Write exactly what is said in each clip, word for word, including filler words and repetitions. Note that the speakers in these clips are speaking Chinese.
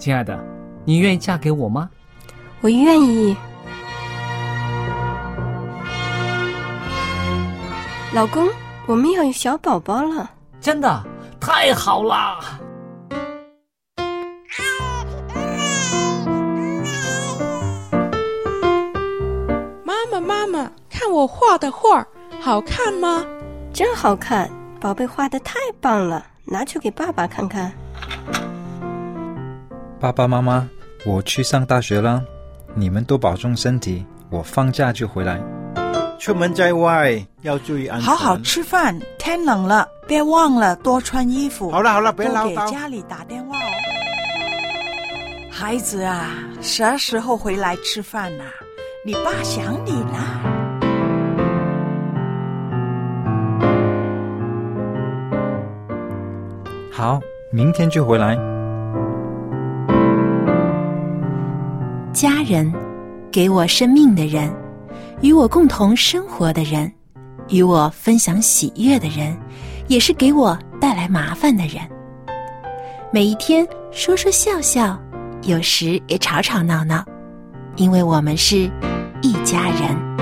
亲爱的，你愿意嫁给我吗？ 我愿意。老公，我们要有小宝宝了。 真的？太好了！ 妈妈妈妈，看我画的画好看吗？ 真好看，宝贝画得太棒了，拿去给爸爸看看。 爸爸妈妈，我去上大学了，你们多保重身体，我放假就回来。 出门在外要注意安全。 好好吃饭，天冷了，别忘了多穿衣服。 好了好了，别唠叨。 多给家里打电话哦。孩子啊，啥时候回来吃饭啊？你爸想你啦。 好，明天就回来。 家人，给我生命的人，与我共同生活的人，与我分享喜悦的人，也是给我带来麻烦的人。每一天说说笑笑，有时也吵吵闹闹，因为我们是一家人。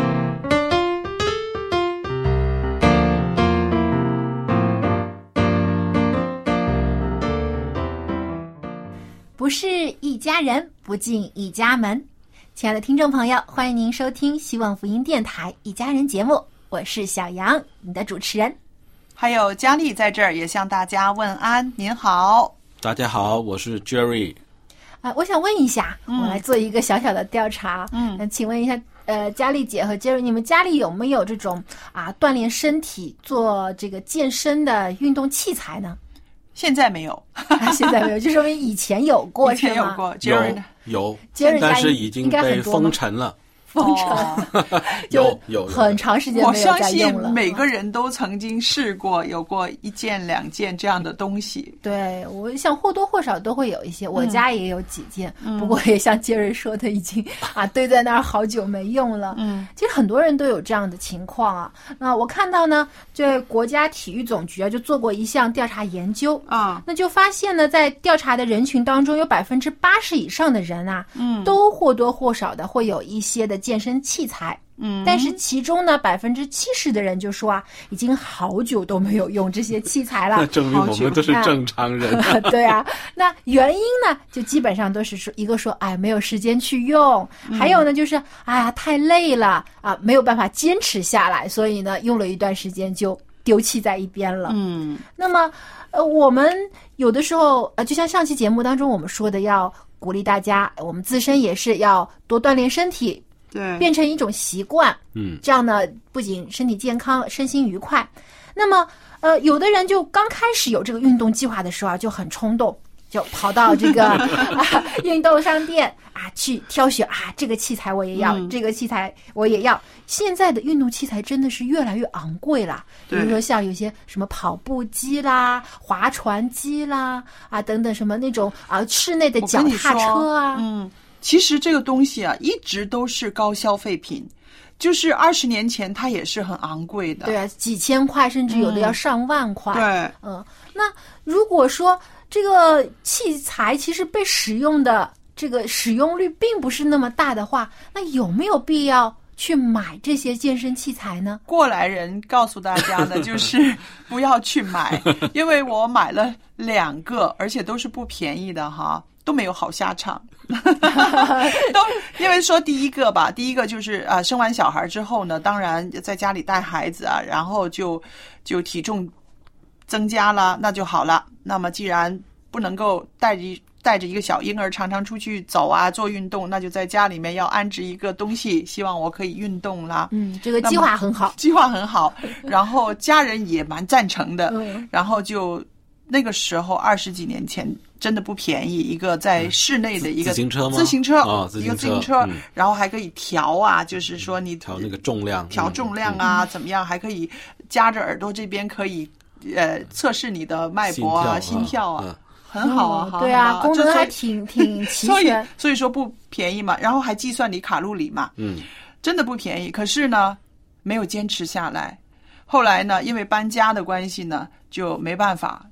不是一家人，不进一家门。亲爱的听众朋友，欢迎您收听希望福音电台一家人节目，我是小杨，你的主持人。 还有佳丽在这儿也向大家问安，您好。 大家好，我是 Jerry。 啊，我想问一下，嗯、我来做一个小小的调查。嗯，那请问一下，呃，佳丽姐和 Jerry， 你们家里有没有这种啊锻炼身体、做这个健身的运动器材呢？ 现在没有， 现在没有，就说明以前有过， 以前有过。 Jerry 呢？有，有，但是已经被封尘了。 封尘、哦、就有很长时间没有再用了。 我相信每个人都曾经试过，有过一件两件这样的东西。 对，我想或多或少都会有一些，我家也有几件，嗯、不过也像杰瑞说的，已经啊堆在那儿好久没用了。嗯，其实很多人都有这样的情况啊。那我看到呢，这国家体育总局啊就做过一项调查研究啊，那就发现呢，在调查的人群当中，有百分之八十以上的人啊，嗯，都或多或少的会有一些的健身器材，嗯，但是其中呢，百分之七十的人就说啊，已经好久都没有用这些器材了。 那证明我们都是正常人。 对啊，那原因呢，就基本上都是说，一个说，哎，没有时间去用，嗯、还有呢，就是哎呀，太累了啊，没有办法坚持下来，所以呢，用了一段时间就丢弃在一边了。嗯，那么，呃，我们有的时候，呃，就像上期节目当中我们说的，要鼓励大家，我们自身也是要多锻炼身体。 对， 变成一种习惯，嗯，这样呢，不仅身体健康，身心愉快。那么，呃，有的人就刚开始有这个运动计划的时候啊，就很冲动，就跑到这个啊运动商店啊去挑选啊，这个器材我也要，嗯、这个器材我也要。现在的运动器材真的是越来越昂贵了，比如说像有些什么跑步机啦、划船机啦啊等等什么那种啊室内的脚踏车啊， 嗯。其实这个东西啊，一直都是高消费品，就是二十年前它也是很昂贵的。 对啊，几千块，甚至有的要上万块。 嗯、对， 嗯，那如果说这个器材其实被使用的这个使用率并不是那么大的话，那有没有必要去买这些健身器材呢？ 过来人告诉大家的就是不要去买，因为我买了两个，而且都是不便宜的哈。都没有好下场都因为说第一个吧，第一个就是啊、呃，生完小孩之后呢，当然在家里带孩子啊，然后就就体重增加了，那就好了。那么既然不能够带着带着一个小婴儿常常出去走啊做运动，那就在家里面要安置一个东西，希望我可以运动啦。 嗯，这个计划很好， 计划很好，然后家人也蛮赞成的，嗯、然后就那个时候二十几年前。真的不便宜，一个在室内的一个自行车吗？ 自行车， 哦、自行车一个自行车、嗯，然后还可以调啊，就是说你调那个重量， 调重量啊，嗯、怎么样？还可以夹着耳朵这边可以呃测试你的脉搏啊、心跳啊， 嗯、 很好啊， 嗯、对啊，功能还挺挺齐全， 所以所以说不便宜嘛，然后还计算你卡路里嘛，嗯，真的不便宜。可是呢，没有坚持下来。后来呢，因为搬家的关系呢，就没办法。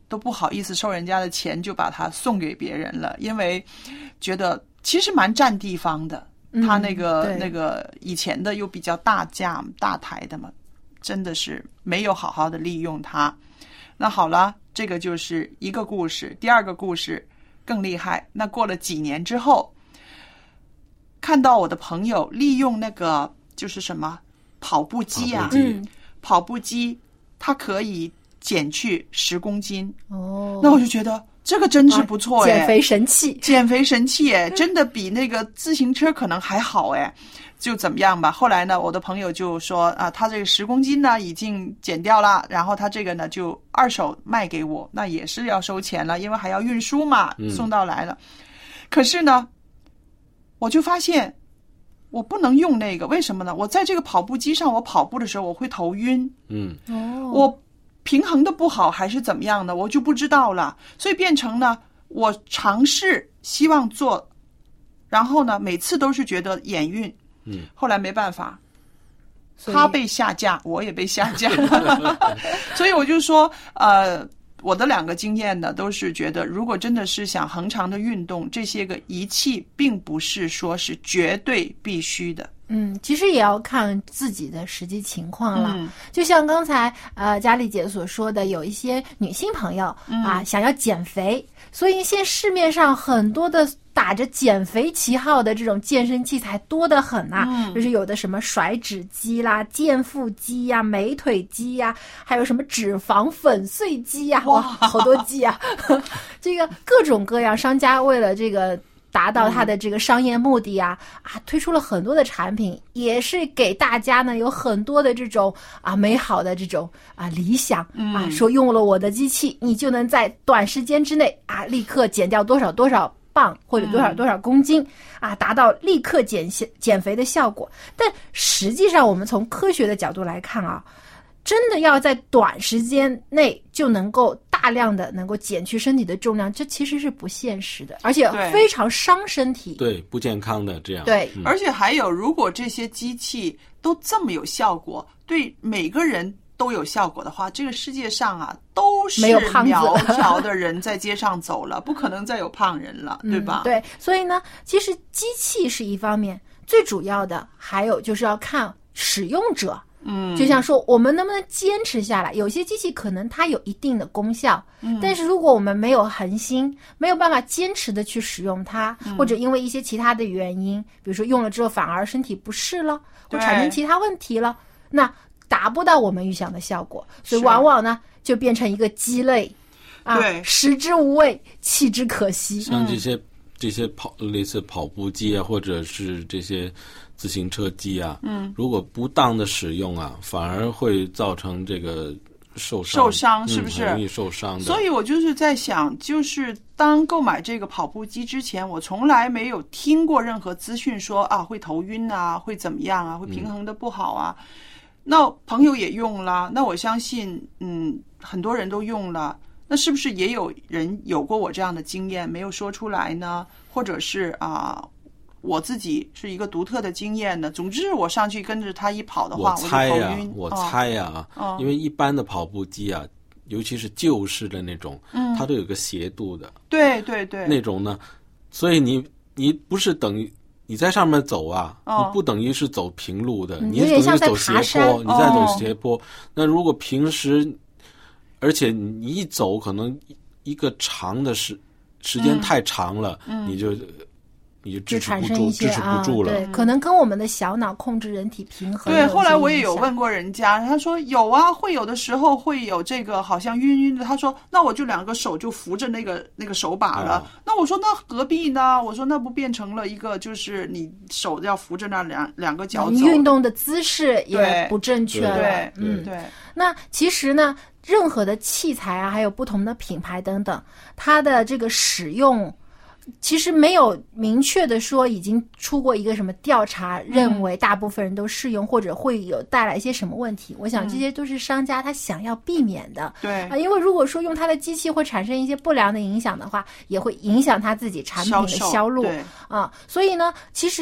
都不好意思收人家的钱，就把它送给别人了，因为觉得其实蛮占地方的。他那个、嗯、那个以前的又比较大架大台的嘛，真的是没有好好的利用它。那好了，这个就是一个故事。第二个故事更厉害，那过了几年之后，看到我的朋友利用那个就是什么跑步机啊， 跑步机、 嗯、跑步机它可以减去十公斤哦， 那我就觉得这个真是不错哎、 啊，减肥神器， 减肥神器哎，真的比那个自行车可能还好哎。就怎么样吧，后来呢，我的朋友就说啊，他这个十公斤呢已经减掉了，然后他这个呢就二手卖给我，那也是要收钱了，因为还要运输嘛，送到来了。嗯、可是呢，我就发现我不能用那个，为什么呢？我在这个跑步机上，我跑步的时候我会头晕， 嗯， 哦，我平衡的不好还是怎么样的，我就不知道了，所以变成呢，我尝试希望做，然后呢，每次都是觉得眼晕。 嗯， 后来没办法，他被下架，我也被下架，所以我就说，呃，我的两个经验呢，都是觉得，如果真的是想恒常的运动，这些个仪器并不是说是绝对必须的。 嗯，其实也要看自己的实际情况了。 嗯、 就像刚才呃佳丽姐所说的，有一些女性朋友、嗯、啊想要减肥，所以现在市面上很多的打着减肥旗号的这种健身器材多得很呐、啊嗯，就是有的什么甩脂机啦、健腹机呀、美腿机呀，还有什么脂肪粉碎机呀，哇，好多机啊！这个各种各样，商家为了这个达到它的这个商业目的啊、嗯、啊，推出了很多的产品，也是给大家呢有很多的这种啊美好的这种啊理想、嗯、啊，说用了我的机器，你就能在短时间之内啊立刻减掉多少多少磅或者多少多少公斤、嗯、啊，达到立刻减减肥的效果。但实际上我们从科学的角度来看啊，真的要在短时间内就能够大量的能够减去身体的重量，这其实是不现实的，而且非常伤身体， 对，不健康的这样。 对、 嗯，而且还有，如果这些机器都这么有效果，对每个人都有效果的话，这个世界上啊都是苗条的人在街上走了，不可能再有胖人了，对吧、 嗯？对，所以呢，其实机器是一方面，最主要的还有就是要看使用者。 嗯， 就像说我们能不能坚持下来，有些机器可能它有一定的功效、嗯、但是如果我们没有恒心，没有办法坚持的去使用它、嗯、或者因为一些其他的原因，比如说用了之后反而身体不适了，或产生其他问题了，那达不到我们预想的效果，所以往往呢就变成一个鸡肋啊， 对， 食之无味，弃之可惜。 像这些、嗯、这些跑类似跑步机啊，或者是这些自行车机啊， 嗯， 如果不当的使用啊，反而会造成这个受伤， 受伤是不是？ 嗯、很容易受伤的。 所以我就是在想，就是当购买这个跑步机之前，我从来没有听过任何资讯说啊会头晕啊，会怎么样啊，会平衡的不好啊。嗯、那朋友也用了，那我相信，嗯，很多人都用了。那是不是也有人有过我这样的经验没有说出来呢？或者是啊？我自己是一个独特的经验的。总之，我上去跟着他一跑的话， 我猜呀、 啊， 我猜呀、啊哦，因为一般的跑步机啊，尤其是旧式的那种， 嗯， 它都有个斜度的， 对对对， 那种呢，所以你你不是等于你在上面走啊， 哦、 你不等于是走平路的， 嗯、 你等于是走斜坡，你在走斜坡。 哦、 那如果平时，而且你一走可能一个长的时时间太长了， 嗯、 你就。你就支持不住， 支持不住了、 啊。对，可能跟我们的小脑控制人体平衡。 对，后来我也有问过人家，他说有啊，会有的时候会有这个好像晕晕的。他说那我就两个手就扶着那个那个手把了。哦、那我说那何必呢？我说那不变成了一个就是你手要扶着那两两个脚走， 你运动的姿势也不正确了。 对， 嗯， 对。 那其实呢，任何的器材啊，还有不同的品牌等等，它的这个使用。其实没有明确的说已经出过一个什么调查，认为大部分人都适用、嗯、或者会有带来一些什么问题。我想这些都是商家他想要避免的。 对、 啊，因为如果说用他的机器会产生一些不良的影响的话，也会影响他自己产品的销路销售。 啊，所以呢，其实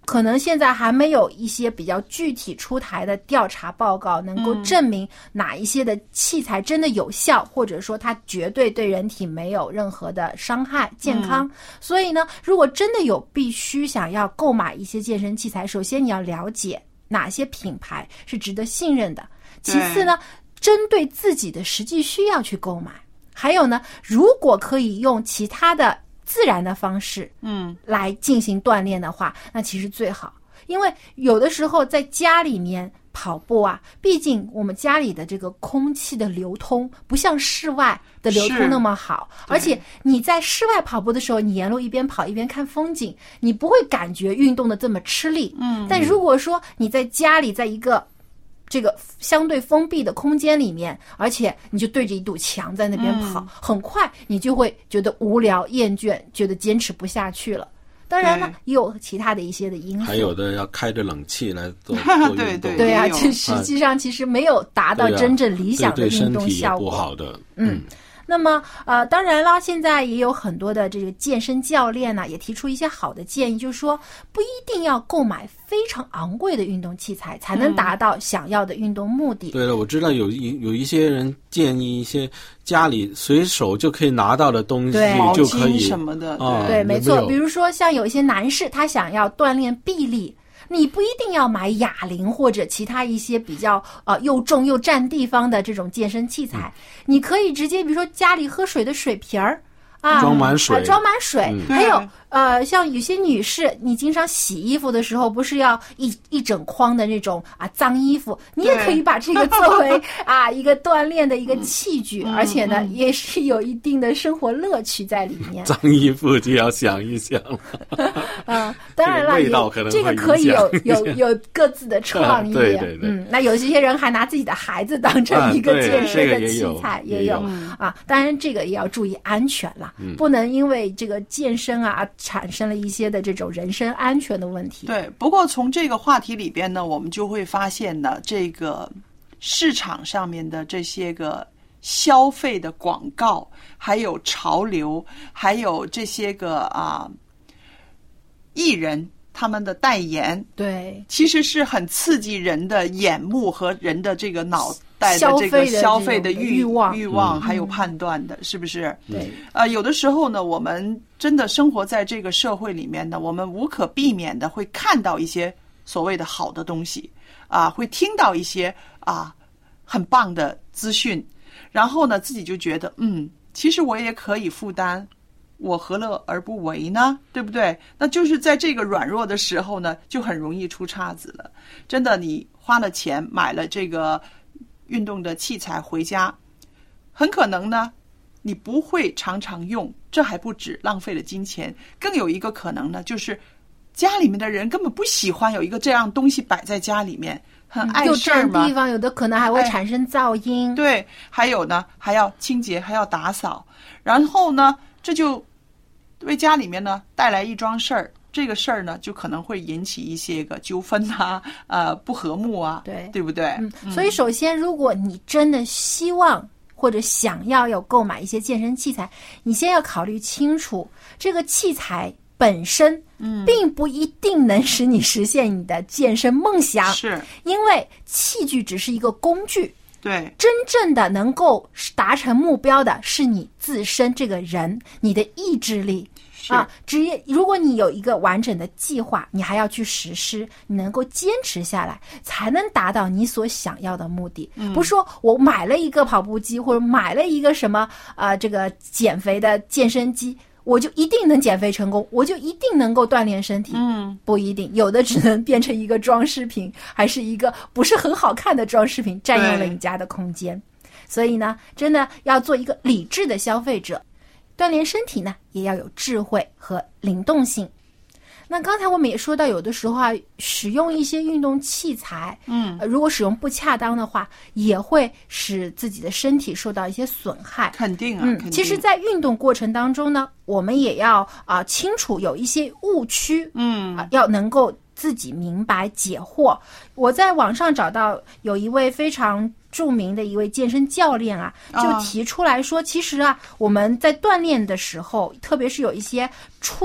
可能现在还没有一些比较具体出台的调查报告能够证明哪一些的器材真的有效，或者说它绝对对人体没有任何的伤害健康、嗯、所以呢，如果真的有必须想要购买一些健身器材，首先你要了解哪些品牌是值得信任的，其次呢，针对自己的实际需要去购买，还有呢，如果可以用其他的自然的方式嗯来进行锻炼的话，那其实最好。因为有的时候在家里面跑步啊，毕竟我们家里的这个空气的流通不像室外的流通那么好，而且你在室外跑步的时候，你沿路一边跑一边看风景，你不会感觉运动的这么吃力。嗯，但如果说你在家里，在一个这个相对封闭的空间里面，而且你就对着一堵墙在那边跑、嗯、很快你就会觉得无聊厌倦，觉得坚持不下去了。当然了，也有其他的一些的因素， 还有的要开着冷气来做做运动。 对对对啊，这实际上其实没有达到真正理想的运动效果， 对对身体也不好的。 嗯。嗯那么呃，当然了，现在也有很多的这个健身教练呢，也提出一些好的建议，就是说不一定要购买非常昂贵的运动器材才能达到想要的运动目的。嗯、 对了，我知道有一有一些人建议一些家里随手就可以拿到的东西就可以什么的， 啊、 对，没错。比如说像有一些男士，他想要锻炼臂力。你不一定要买哑铃或者其他一些比较呃又重又占地方的这种健身器材，嗯、你可以直接比如说家里喝水的水瓶儿啊， 装满水， 啊、装满水， 嗯、 还有呃像有些女士，你经常洗衣服的时候，不是要一一整筐的那种啊脏衣服，你也可以把这个作为啊一个锻炼的一个器具，嗯、而且呢、嗯、也是有一定的生活乐趣在里面。 脏衣服就要想一想了。 嗯，当然了， 这个味道可能这个可以有有有各自的创意。 对对对。 嗯，那有些人还拿自己的孩子当成一个健身的器材， 啊、也有啊。当然，这个也要注意安全啦，嗯、不能因为这个健身啊产生了一些的这种人身安全的问题。 对，不过从这个话题里边呢，我们就会发现呢，这个市场上面的这些个消费的广告，还有潮流，还有这些个啊。艺人他们的代言， 对， 其实是很刺激人的眼目和人的这个脑袋的这个消费的欲欲望、 欲望还有判断的，嗯、是不是？ 对， 呃，有的时候呢，我们真的生活在这个社会里面呢，我们无可避免的会看到一些所谓的好的东西啊，会听到一些啊很棒的资讯，然后呢，自己就觉得嗯，其实我也可以负担。我何乐而不为呢？对不对？那就是在这个软弱的时候呢，就很容易出岔子了。真的，你花了钱买了这个运动的器材回家，很可能呢，你不会常常用，这还不止浪费了金钱，更有一个可能呢，就是家里面的人根本不喜欢有一个这样东西摆在家里面，很碍事儿嘛， 又占地方，有的可能还会产生噪音。 哎、对，还有呢，还要清洁，还要打扫，然后呢，这就为家里面呢带来一桩事儿，这个事儿呢就可能会引起一些个纠纷啊，呃不和睦啊， 对对不对？ 嗯，所以首先，如果你真的希望或者想要有购买一些健身器材，你先要考虑清楚这个器材本身，嗯，并不一定能使你实现你的健身梦想， 是因为器具只是一个工具。 对， 真正的能够达成目标的是你自身这个人，你的意志力啊。只也如果你有一个完整的计划，你还要去实施，你能够坚持下来，才能达到你所想要的目的。嗯、不是说我买了一个跑步机，或者买了一个什么啊、呃、这个减肥的健身机，我就一定能减肥成功，我就一定能够锻炼身体。嗯，不一定，有的只能变成一个装饰品，还是一个不是很好看的装饰品，占用了你家的空间。所以呢，真的要做一个理智的消费者，锻炼身体呢，也要有智慧和灵动性。那刚才我们也说到，有的时候啊，使用一些运动器材，嗯、呃，如果使用不恰当的话，也会使自己的身体受到一些损害。 肯定啊， 嗯， 肯定。 其实，在运动过程当中呢，我们也要啊、呃、清楚有一些误区，嗯、呃，要能够自己明白解惑。我在网上找到有一位非常著名的一位健身教练啊，就提出来说，其实啊，我们在锻炼的时候，特别是有一些初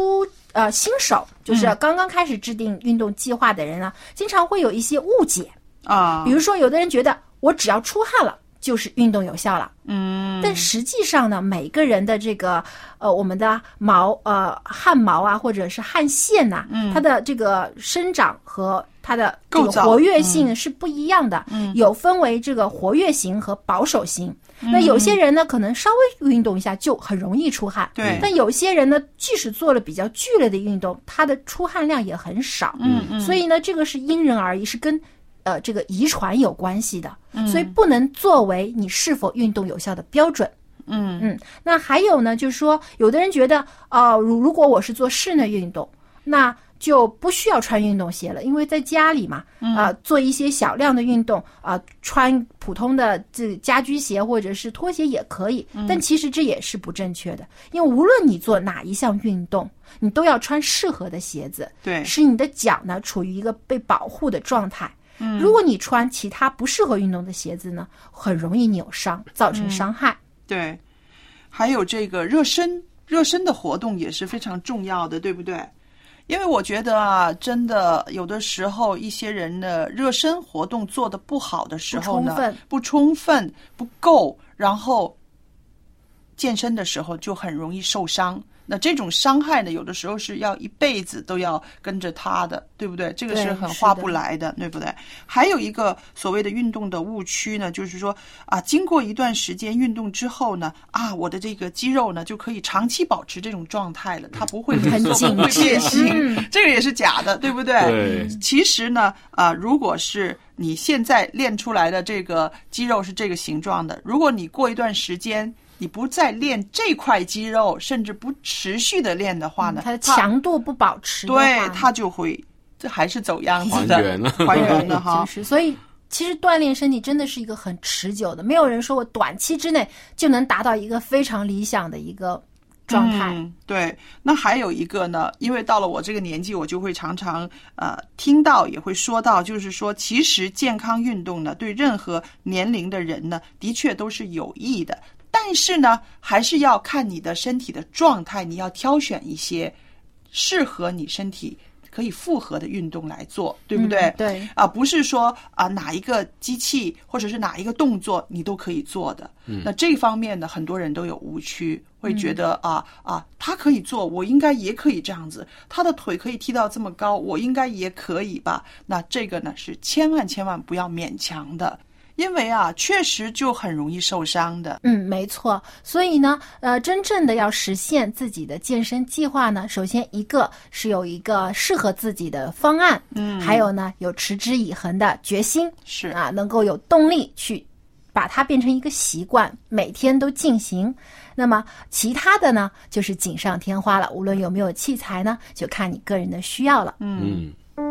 呃新手，就是刚刚开始制定运动计划的人呢，嗯、经常会有一些误解啊。 比如说，有的人觉得我只要出汗了就是运动有效了， 嗯， 但实际上呢，每个人的这个呃我们的毛呃汗毛啊，或者是汗腺呐、啊，嗯，它的这个生长和它的这个活跃性是不一样的，嗯，有分为这个活跃型和保守型。嗯、那有些人呢，可能稍微运动一下就很容易出汗， 对。 但有些人呢，即使做了比较剧烈的运动，他的出汗量也很少， 嗯嗯。 所以呢，这个是因人而异，是跟呃这个遗传有关系的，嗯，所以不能作为你是否运动有效的标准。 嗯嗯。那还有呢，就是说，有的人觉得，呃，如如果我是做室内运动，那就不需要穿运动鞋了，因为在家里嘛，啊、呃，做一些小量的运动啊、呃，穿普通的这家居鞋或者是拖鞋也可以。但其实这也是不正确的，因为无论你做哪一项运动，你都要穿适合的鞋子， 对， 使你的脚呢处于一个被保护的状态。 嗯， 如果你穿其他不适合运动的鞋子呢，很容易扭伤，造成伤害。嗯、 对，还有这个热身，热身的活动也是非常重要的，对不对？因为我觉得啊，真的有的时候一些人的热身活动做得不好的时候呢， 不充分、 不充分、不够，然后健身的时候就很容易受伤。那这种伤害呢，有的时候是要一辈子都要跟着他的，对不对？这个是很划不来的， 对, 对不对？还有一个所谓的运动的误区呢，就是说啊，经过一段时间运动之后呢，啊，我的这个肌肉呢就可以长期保持这种状态了，它不会很紧会变形， 嗯， 这个也是假的，对不对？ 对。 其实呢，啊，如果是你现在练出来的这个肌肉是这个形状的，如果你过一段时间你不再练这块肌肉，甚至不持续的练的话呢， 嗯、它的强度不保持的话， 对，它就会这还是走样子的， 还原了， 还原了哈。 就是，所以其实锻炼身体真的是一个很持久的，没有人说我短期之内就能达到一个非常理想的一个状态。 嗯，对。那还有一个呢，因为到了我这个年纪，我就会常常呃听到，也会说到，就是说，其实健康运动呢，对任何年龄的人呢，的确都是有益的。但是呢，还是要看你的身体的状态，你要挑选一些适合你身体可以复合的运动来做，对不对？ 嗯、对啊，不是说啊哪一个机器或者是哪一个动作你都可以做的。 嗯， 那这方面呢，很多人都有误区，会觉得、嗯、啊啊，他可以做，我应该也可以这样子。他的腿可以踢到这么高，我应该也可以吧？那这个呢，是千万千万不要勉强的。因为啊，确实就很容易受伤的。 嗯，没错。所以呢，呃，真正的要实现自己的健身计划呢，首先一个是有一个适合自己的方案， 嗯， 还有呢，有持之以恒的决心， 是啊，能够有动力去把它变成一个习惯，每天都进行。那么其他的呢，就是锦上添花了。无论有没有器材呢，就看你个人的需要了。 嗯。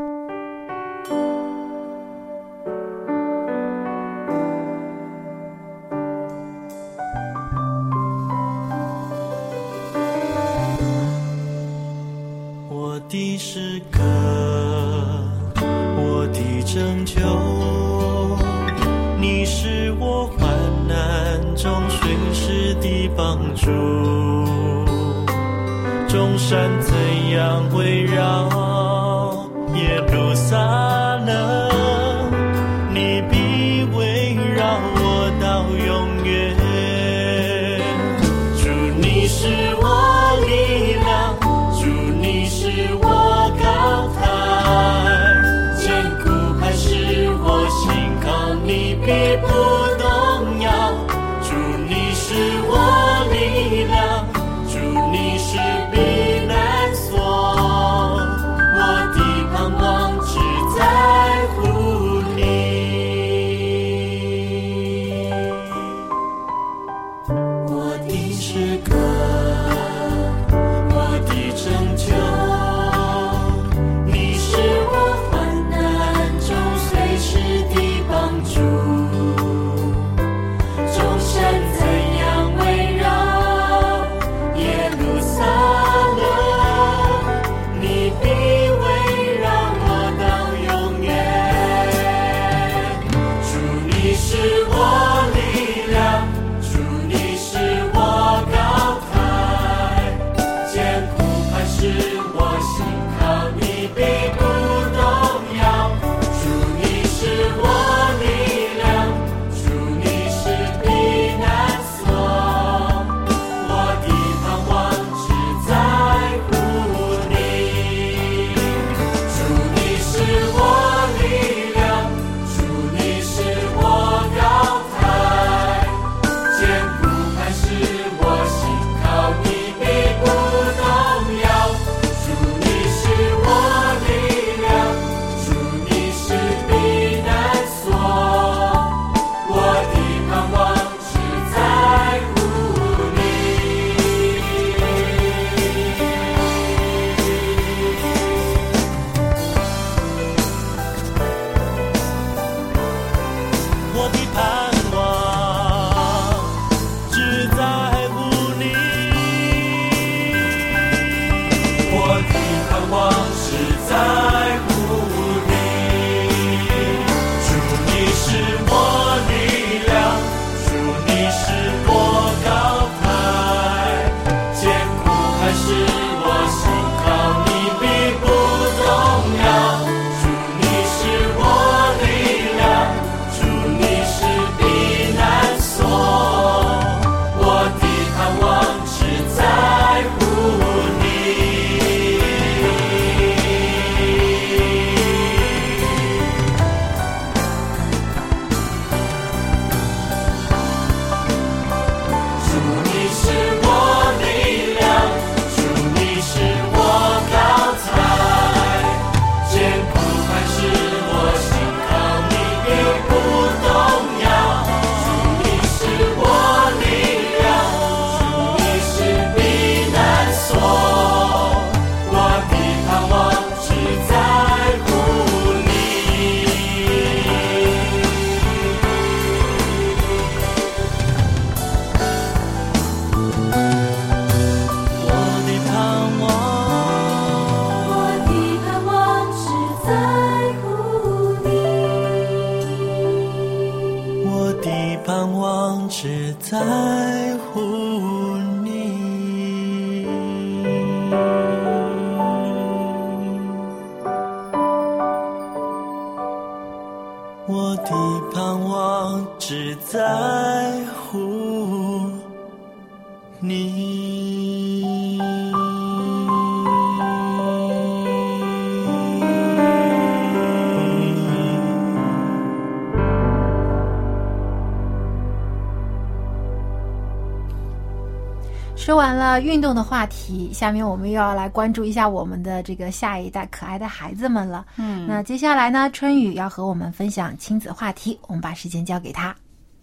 我的诗歌，我的拯救，你是我患难中随时的帮助。众山怎样围绕耶路撒冷，你必围绕我到永远。主，你是我力量，主，你是我高台，坚固磐石，我信靠你必不动摇。主，你是我力量，主，你是避难所，我的盼望只在我的盼望是在乎你。主你是我力量，主你是我高台，艰苦还是我信靠你必不动摇。主你是我力量，主你是避难所，我的盼望是在乎你。主你是我力量，主你是我高台，艰苦还是我信靠你必不动摇。主你是我力量，主你是避难所，我的盼望只在乎你。我的盼望，我的盼望只在乎你。我的盼望只在乎你。我的盼望只在乎你。 说完了运动的话题，下面我们又要来关注一下我们的这个下一代可爱的孩子们了。嗯，那接下来呢，春雨要和我们分享亲子话题，我们把时间交给他。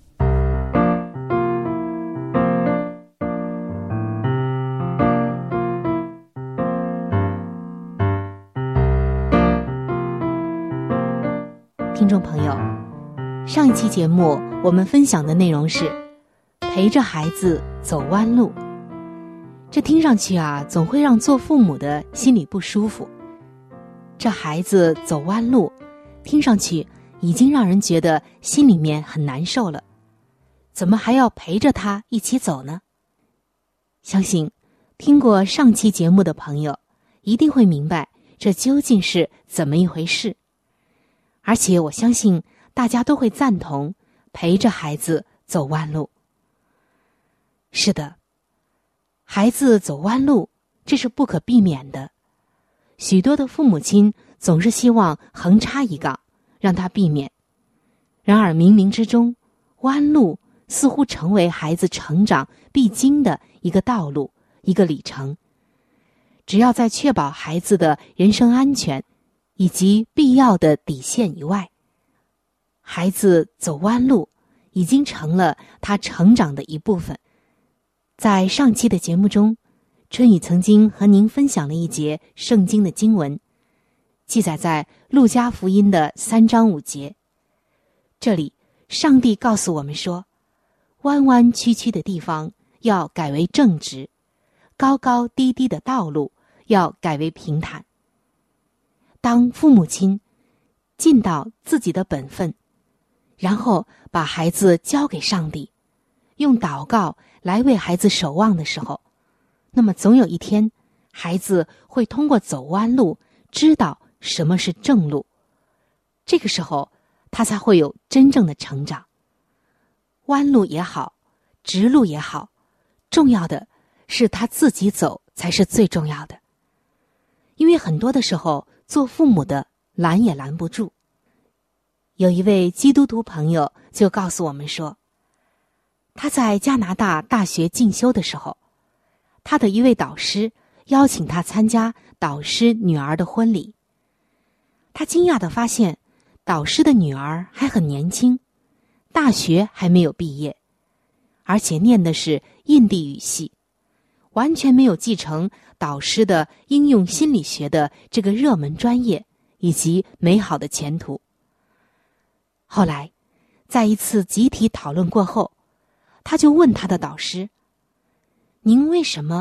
听众朋友，上一期节目我们分享的内容是陪着孩子走弯路。这听上去啊，总会让做父母的心里不舒服。这孩子走弯路，听上去已经让人觉得心里面很难受了，怎么还要陪着他一起走呢？相信听过上期节目的朋友一定会明白这究竟是怎么一回事。而且我相信大家都会赞同陪着孩子走弯路。是的，孩子走弯路，这是不可避免的。许多的父母亲总是希望横插一杠，让他避免。然而冥冥之中，弯路似乎成为孩子成长必经的一个道路，一个里程。只要在确保孩子的人身安全以及必要的底线以外，孩子走弯路已经成了他成长的一部分。在上期的节目中，春雨曾经和您分享了一节圣经的经文，记载在路加福音的三章五节。这里上帝告诉我们说，弯弯曲曲的地方要改为正直，高高低低的道路要改为平坦。当父母亲尽到自己的本分，然后把孩子交给上帝，用祷告来为孩子守望的时候，那么总有一天，孩子会通过走弯路知道什么是正路。这个时候他才会有真正的成长。弯路也好，直路也好，重要的是他自己走才是最重要的。因为很多的时候，做父母的拦也拦不住。有一位基督徒朋友就告诉我们说，他在加拿大大学进修的时候，他的一位导师邀请他参加导师女儿的婚礼。他惊讶地发现，导师的女儿还很年轻，大学还没有毕业，而且念的是印地语系，完全没有继承导师的应用心理学的这个热门专业以及美好的前途。后来在一次集体讨论过后，他就问他的导师，您为什么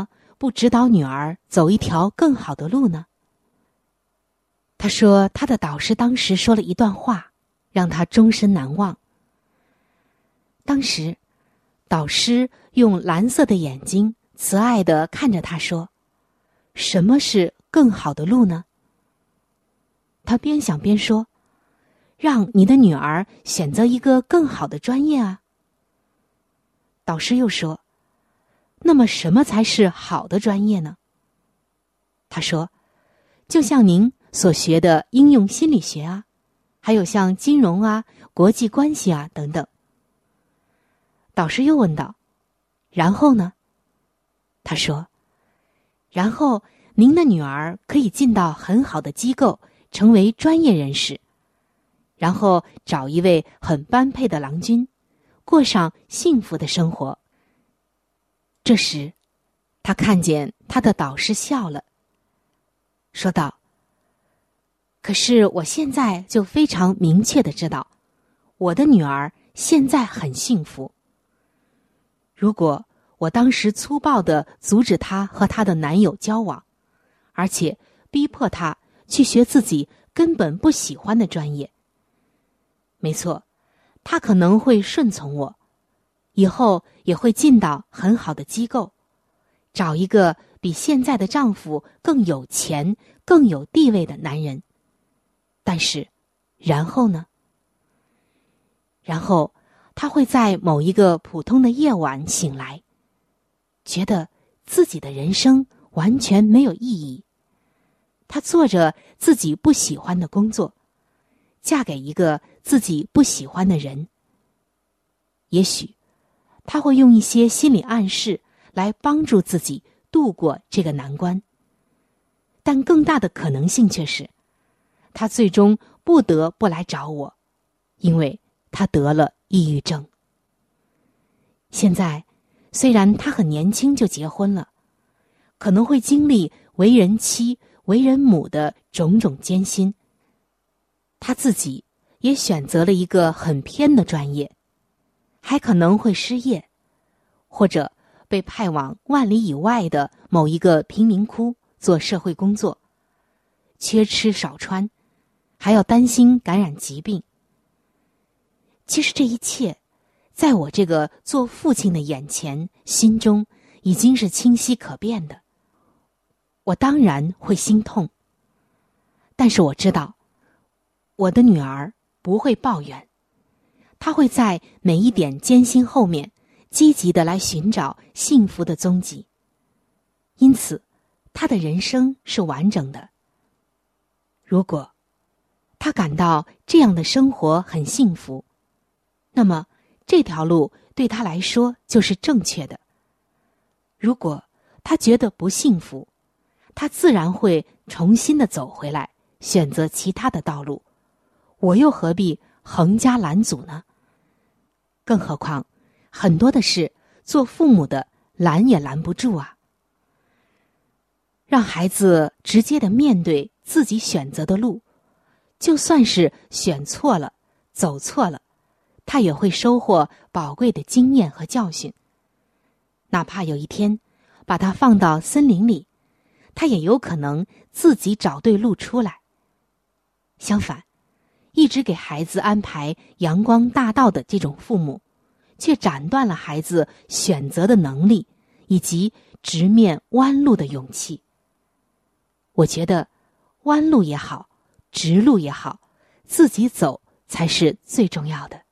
不指导女儿走一条更好的路呢？他说他的导师当时说了一段话，让他终身难忘。当时导师用蓝色的眼睛慈爱地看着他说，什么是更好的路呢？他边想边说，让你的女儿选择一个更好的专业啊。导师又说，那么什么才是好的专业呢？他说，就像您所学的应用心理学啊，还有像金融啊、国际关系啊等等。导师又问道，然后呢？他说，然后您的女儿可以进到很好的机构，成为专业人士，然后找一位很般配的郎君，过上幸福的生活。这时他看见他的导师笑了，说道，可是我现在就非常明确地知道，我的女儿现在很幸福。如果我当时粗暴地阻止她和她的男友交往，而且逼迫她去学自己根本不喜欢的专业，没错，她可能会顺从我，以后也会进到很好的机构，找一个比现在的丈夫更有钱、更有地位的男人。但是，然后呢？然后她会在某一个普通的夜晚醒来，觉得自己的人生完全没有意义。她做着自己不喜欢的工作，嫁给一个自己不喜欢的人。也许她会用一些心理暗示来帮助自己度过这个难关，但更大的可能性却是，她最终不得不来找我，因为她得了抑郁症。现在虽然她很年轻就结婚了，可能会经历为人妻、为人母的种种艰辛，她自己也选择了一个很偏的专业，还可能会失业，或者被派往万里以外的某一个贫民窟做社会工作，缺吃少穿，还要担心感染疾病。其实这一切，在我这个做父亲的眼前、心中已经是清晰可辨的。我当然会心痛，但是我知道，我的女儿不会抱怨，她会在每一点艰辛后面积极地来寻找幸福的踪迹，因此她的人生是完整的。如果她感到这样的生活很幸福，那么这条路对她来说就是正确的。如果她觉得不幸福，她自然会重新的走回来，选择其他的道路。我又何必横加拦阻呢？更何况很多的事，做父母的拦也拦不住啊。让孩子直接的面对自己选择的路，就算是选错了、走错了，他也会收获宝贵的经验和教训。哪怕有一天把他放到森林里，他也有可能自己找对路出来。相反，一直给孩子安排阳光大道的这种父母，却斩断了孩子选择的能力以及直面弯路的勇气。我觉得弯路也好，直路也好，自己走才是最重要的。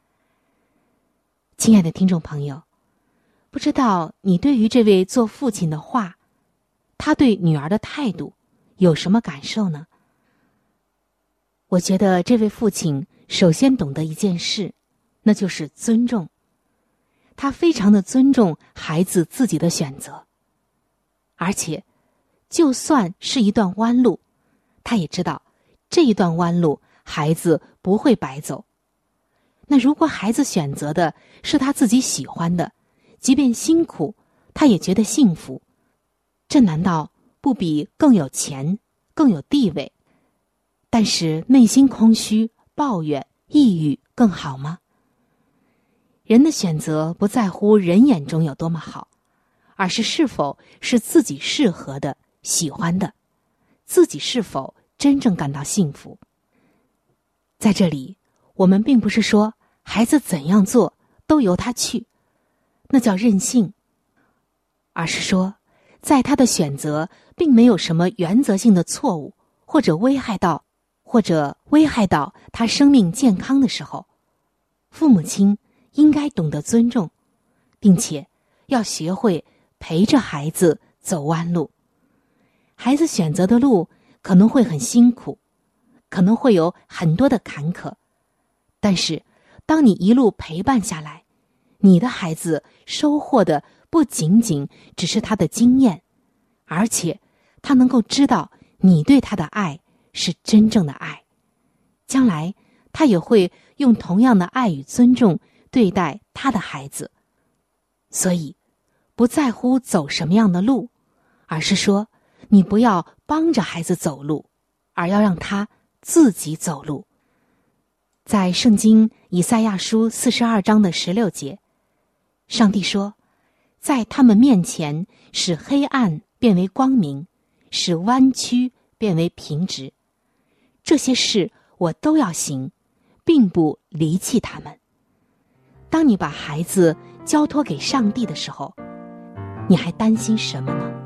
亲爱的听众朋友，不知道你对于这位做父亲的话，他对女儿的态度有什么感受呢？我觉得这位父亲首先懂得一件事，那就是尊重。他非常的尊重孩子自己的选择，而且就算是一段弯路，他也知道这一段弯路孩子不会白走。那如果孩子选择的是他自己喜欢的，即便辛苦，他也觉得幸福，这难道不比更有钱、更有地位，但是内心空虚、抱怨、抑郁更好吗？人的选择不在乎人眼中有多么好， 而是是否是自己适合的、喜欢的，自己是否真正感到幸福。在这里，我们并不是说孩子怎样做都由他去，那叫任性，而是说在他的选择并没有什么原则性的错误，或者危害到或者危害到他生命健康的时候，父母亲应该懂得尊重，并且要学会陪着孩子走弯路。孩子选择的路可能会很辛苦，可能会有很多的坎坷，但是当你一路陪伴下来，你的孩子收获的不仅仅只是他的经验，而且他能够知道你对他的爱是真正的爱，将来他也会用同样的爱与尊重对待他的孩子。所以不在乎走什么样的路，而是说你不要帮着孩子走路，而要让他自己走路。在圣经以赛亚书四十二章的十六节，上帝说，在他们面前使黑暗变为光明，使弯曲变为平直，这些事我都要行，并不离弃他们。当你把孩子交托给上帝的时候，你还担心什么呢？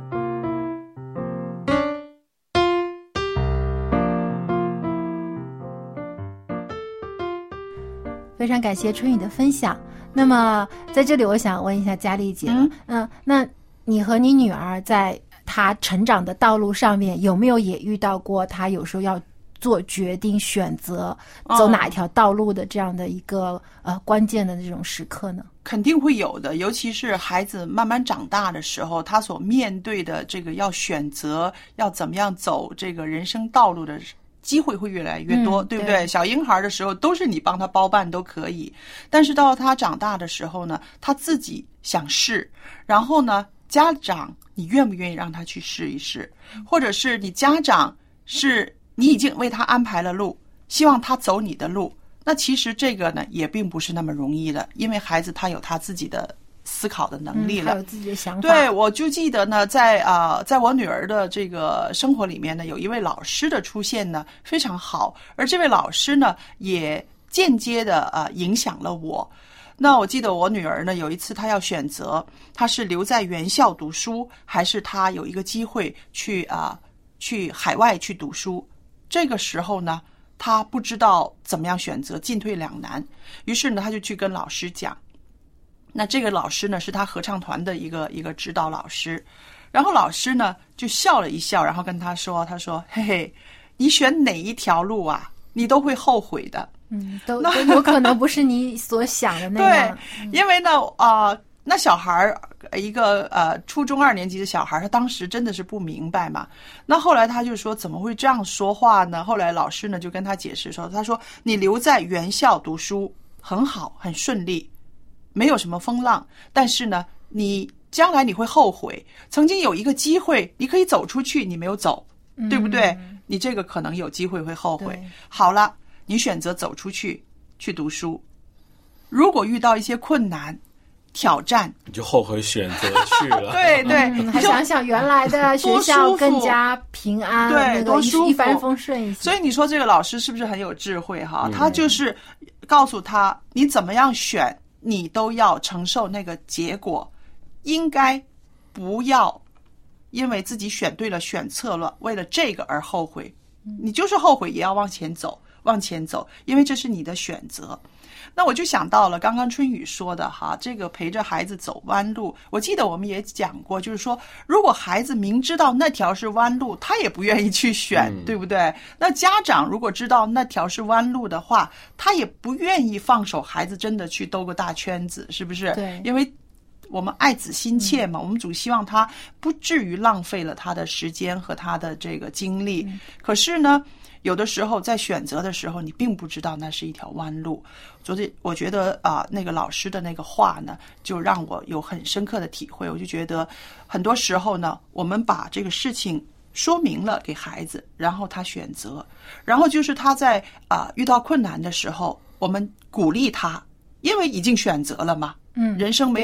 非常感谢春雨的分享。那么在这里我想问一下佳丽姐，嗯、呃，那你和你女儿在她成长的道路上面有没有也遇到过她有时候要做决定选择走哪一条道路的这样的一个、嗯、呃关键的这种时刻呢？ 肯定会有的，尤其是孩子慢慢长大的时候，他所面对的这个要选择要怎么样走这个人生道路的机会会越来越多、嗯、对不对？对，小婴孩的时候都是你帮他包办都可以，但是到了他长大的时候呢，他自己想试，然后呢家长你愿不愿意让他去试一试，或者是你家长是你已经为他安排了路，希望他走你的路，那其实这个呢也并不是那么容易的，因为孩子他有他自己的思考的能力了，嗯、他有自己的想法。 对，我就记得呢，在啊、呃，在我女儿的这个生活里面呢，有一位老师的出现呢非常好，而这位老师呢也间接的啊、呃、影响了我。那我记得我女儿呢有一次她要选择，她是留在原校读书，还是她有一个机会去啊、呃、去海外去读书。这个时候呢，她不知道怎么样选择，进退两难。于是呢，她就去跟老师讲。那这个老师呢是他合唱团的一个一个指导老师，然后老师呢就笑了一笑，然后跟他说：“他说，嘿嘿，你选哪一条路啊，你都会后悔的。 嗯，都都有可能不是你所想的那样。 对，因为呢，啊、呃，那小孩一个呃初中二年级的小孩，他当时真的是不明白嘛。那后来他就说怎么会这样说话呢？后来老师呢就跟他解释说，他说你留在原校读书很好，很顺利。”没有什么风浪，但是呢，你将来你会后悔，曾经有一个机会，你可以走出去，你没有走，嗯、对不对？你这个可能有机会会后悔。好了，你选择走出去去读书，如果遇到一些困难、挑战， 你就后悔选择去了。 对对、 嗯，还想想原来的学校更加平安， 对， 那个多舒服， 一帆风顺一些。 所以你说这个老师是不是很有智慧哈？ 嗯、 他就是告诉他，你怎么样选。你都要承受那个结果，应该不要因为自己选对了选错了，为了这个而后悔。你就是后悔也要往前走，往前走，因为这是你的选择。那我就想到了刚刚春雨说的哈，这个陪着孩子走弯路。我记得我们也讲过，就是说，如果孩子明知道那条是弯路，他也不愿意去选，嗯、对不对？那家长如果知道那条是弯路的话，他也不愿意放手孩子真的去兜个大圈子，是不是？ 对， 因为我们爱子心切嘛，嗯、我们总希望他不至于浪费了他的时间和他的这个精力。嗯、可是呢，有的时候在选择的时候，你并不知道那是一条弯路。昨天我觉得啊、呃，那个老师的那个话呢，就让我有很深刻的体会。我就觉得很多时候呢，我们把这个事情说明了给孩子，然后他选择，然后就是他在啊、呃、遇到困难的时候，我们鼓励他，因为已经选择了嘛。嗯，人生没有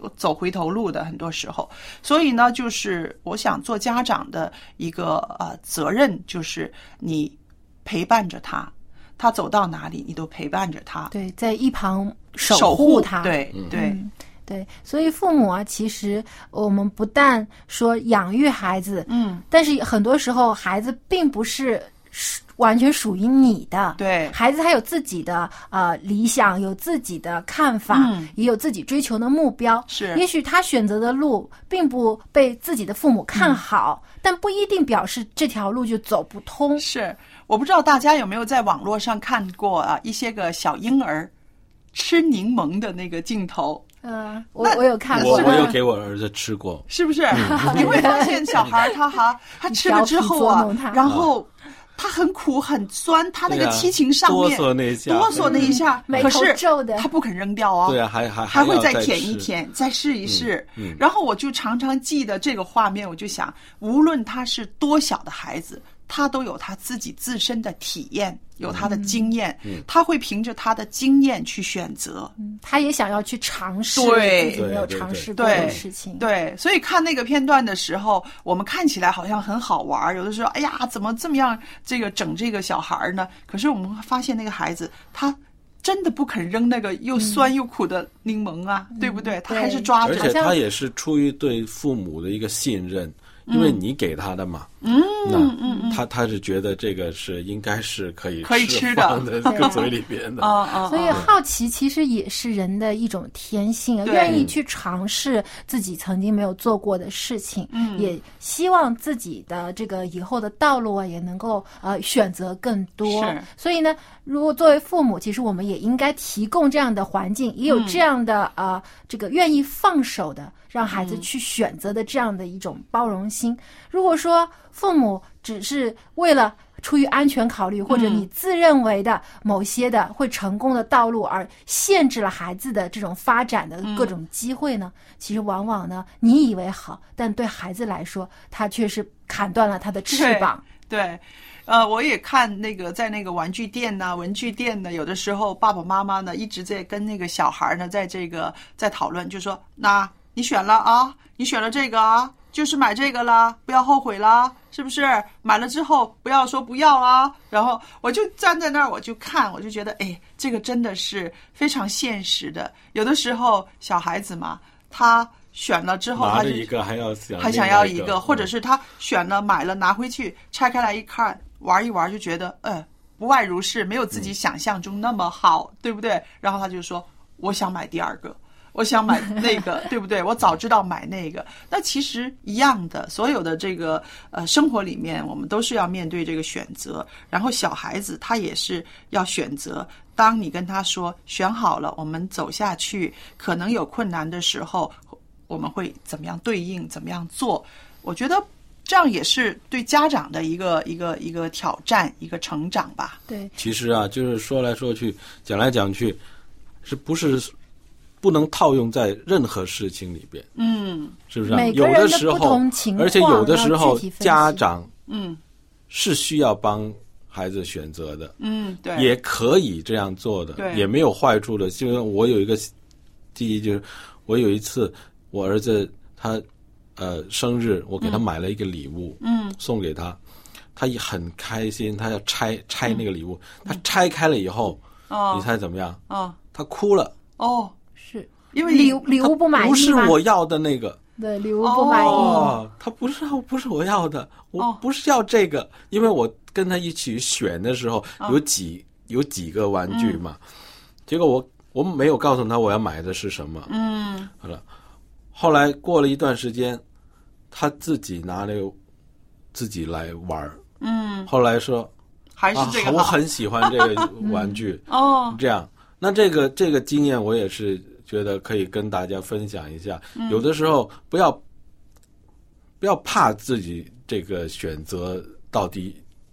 走回头路的，很多时候。所以呢，就是我想做家长的一个呃责任，就是你陪伴着他，他走到哪里你都陪伴着他， 对，在一旁守护他， 对对。 嗯对，所以父母啊，其实我们不但说养育孩子， 嗯， 但是很多时候孩子并不是完全属于你的， 对， 孩子他有自己的呃理想，有自己的看法， 嗯， 也有自己追求的目标， 是， 也许他选择的路并不被自己的父母看好，嗯，但不一定表示这条路就走不通。 是，我不知道大家有没有在网络上看过啊一些个小婴儿吃柠檬的那个镜头。 嗯，我我有看过， 我我有给我儿子吃过， 是不是？嗯，你会发现小孩他哈，他吃了之后啊，然后他很苦很酸，他那个七情上面哆嗦那一下， 哆嗦那一下， 可是他不肯扔掉啊， 对啊，还还还会再舔一舔，再试一试。 嗯嗯， 然后我就常常记得这个画面，我就想，无论他是多小的孩子，他都有他自己自身的体验，有他的经验， 嗯， 他会凭着他的经验去选择， 嗯，他也想要去尝试对自己没有尝试过的事情， 对，对，所以看那个片段的时候，我们看起来好像很好玩，有的时候，哎呀，怎么这么样这个整这个小孩呢？可是我们发现那个孩子他真的不肯扔那个又酸又苦的柠檬啊，嗯，对不对？他还是抓着， 而且他也是出于对父母的一个信任。因为你给他的嘛， 嗯， 那嗯他他是觉得这个是应该是可以可以吃的，这个嘴里边的， 啊啊， 所以好奇其实也是人的一种天性啊，愿意去尝试自己曾经没有做过的事情， 嗯， 也希望自己的这个以后的道路啊也能够呃选择更多。 是， 所以呢，如果作为父母，其实我们也应该提供这样的环境，也有这样的啊、呃、这个愿意放手的。让孩子去选择的这样的一种包容心。如果说父母只是为了出于安全考虑，或者你自认为的某些的会成功的道路而限制了孩子的这种发展的各种机会呢，其实往往呢你以为好，但对孩子来说他却是砍断了他的翅膀。 对，对呃，我也看那个在那个玩具店呐、啊、文具店呢，有的时候爸爸妈妈呢一直在跟那个小孩呢在这个在讨论，就说那你选了啊，你选了这个啊，就是买这个啦，不要后悔啦，是不是？买了之后不要说不要啊。然后我就站在那儿，我就看，我就觉得，哎，这个真的是非常现实的。有的时候小孩子嘛，他选了之后， 拿着一个还要想还想要一个，或者是他选了买了拿回去拆开来一看，玩一玩就觉得，呃，不外如是，没有自己想象中那么好，嗯，对不对？然后他就说，我想买第二个。我想买那个，对不对？我早知道买那个。那其实一样的，所有的这个呃生活里面，我们都是要面对这个选择。然后小孩子他也是要选择。当你跟他说选好了，我们走下去，可能有困难的时候，我们会怎么样对应，怎么样做？我觉得这样也是对家长的一个一个一个挑战，一个成长吧。 对， 其实啊，就是说来说去，讲来讲去，是不是？不能套用在任何事情里边， 嗯， 是不是、啊？有的时候，而且有的时候家长， 嗯， 是需要帮孩子选择的， 嗯，对， 也可以这样做的， 对， 也没有坏处的。因为我有一个记忆，就是我有一次我儿子他呃生日，我给他买了一个礼物， 嗯， 送给他，他也很开心，他要拆拆那个礼物，嗯、他拆开了以后， 哦， 你猜怎么样？ 哦， 他哭了， 哦。 是因为礼礼物不满意吗？ 不是我要的那个， 对，礼物不满意。 哦，他不是不是我要的，我不是要这个，因为我跟他一起选的时候，有几有几个玩具嘛，嗯、结果我我没有告诉他我要买的是什么， 嗯， 好了，后来过了一段时间，他自己拿那个自己来玩， 嗯， 后来说还是这个、 啊，我很喜欢这个玩具， 嗯、哦， 这样，那这个这个经验我也是。觉得可以跟大家分享一下， 嗯、 有的时候不要不要怕自己这个选择到底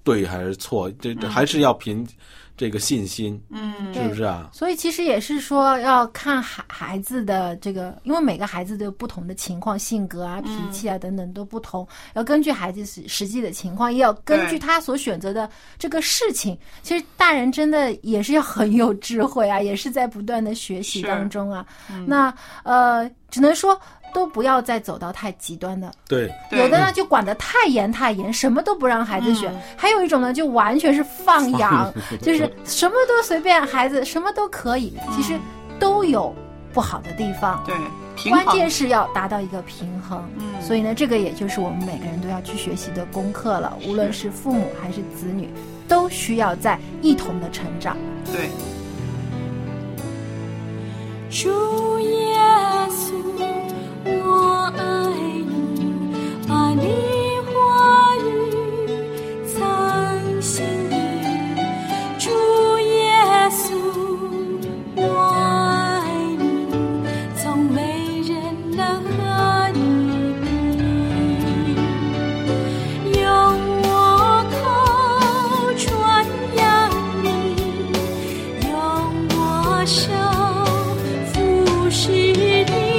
对还是错，这这还是要凭这个信心，嗯，是不是啊？ 所以其实也是说要看孩孩子的这个，因为每个孩子都有不同的情况、性格啊、脾气啊等等都不同，要根据孩子实实际的情况，也要根据他所选择的这个事情。其实大人真的也是要很有智慧啊，也是在不断的学习当中啊。嗯、那呃，只能说。都不要再走到太极端的， 对， 有的呢就管得太严太严，什么都不让孩子选；嗯、还有一种呢就完全是放养，就是什么都随便，孩子什么都可以。其实都有不好的地方， 对， 关键是要达到一个平衡。嗯，所以呢，这个也就是我们每个人都要去学习的功课了，无论是父母还是子女，都需要在一同的成长。 对， 主耶稣。我爱你，把你话语藏心里。主耶稣，我爱你，从没人能和你比。用我口传扬你，用我手服侍你。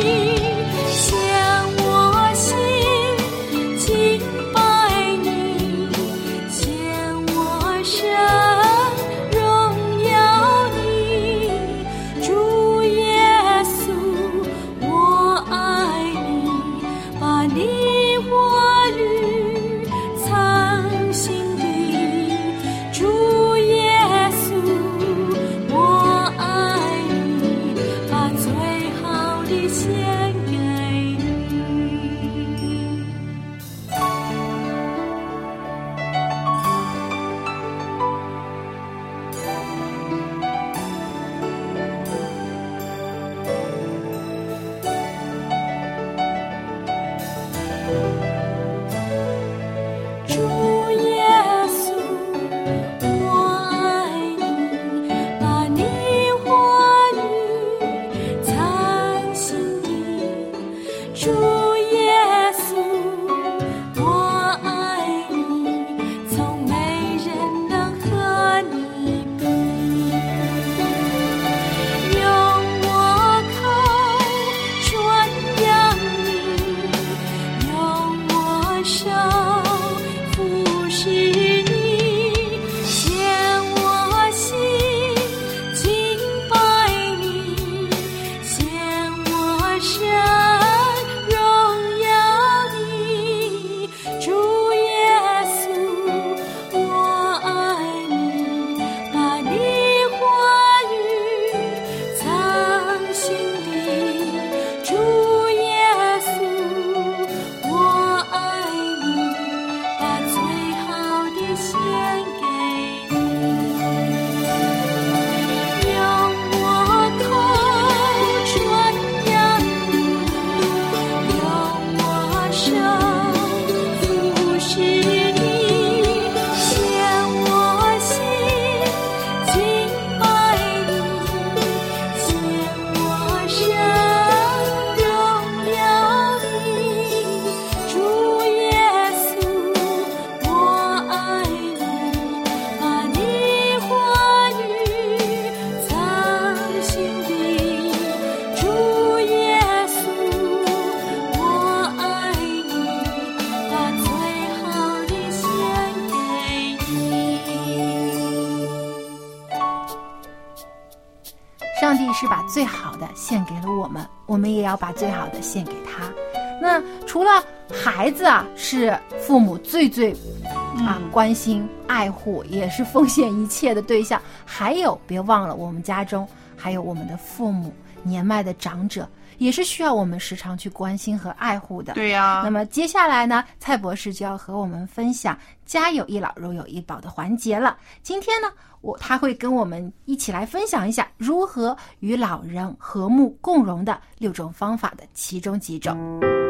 上帝是把最好的献给了我们，我们也要把最好的献给他。那除了孩子啊，是父母最最啊关心爱护，也是奉献一切的对象，还有别忘了我们家中还有我们的父母，年迈的长者，也是需要我们时常去关心和爱护的。 对呀。 那么接下来呢，蔡博士就要和我们分享家有一老如有一宝的环节了。今天呢，我他会跟我们一起来分享一下如何与老人和睦共融的六种方法的其中几种。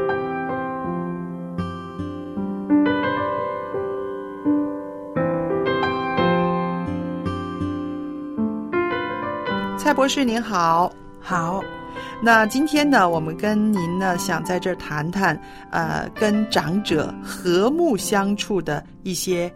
蔡博士您好。 好。 那今天呢，我们跟您呢想在这儿谈谈，呃，跟长者和睦相处的一些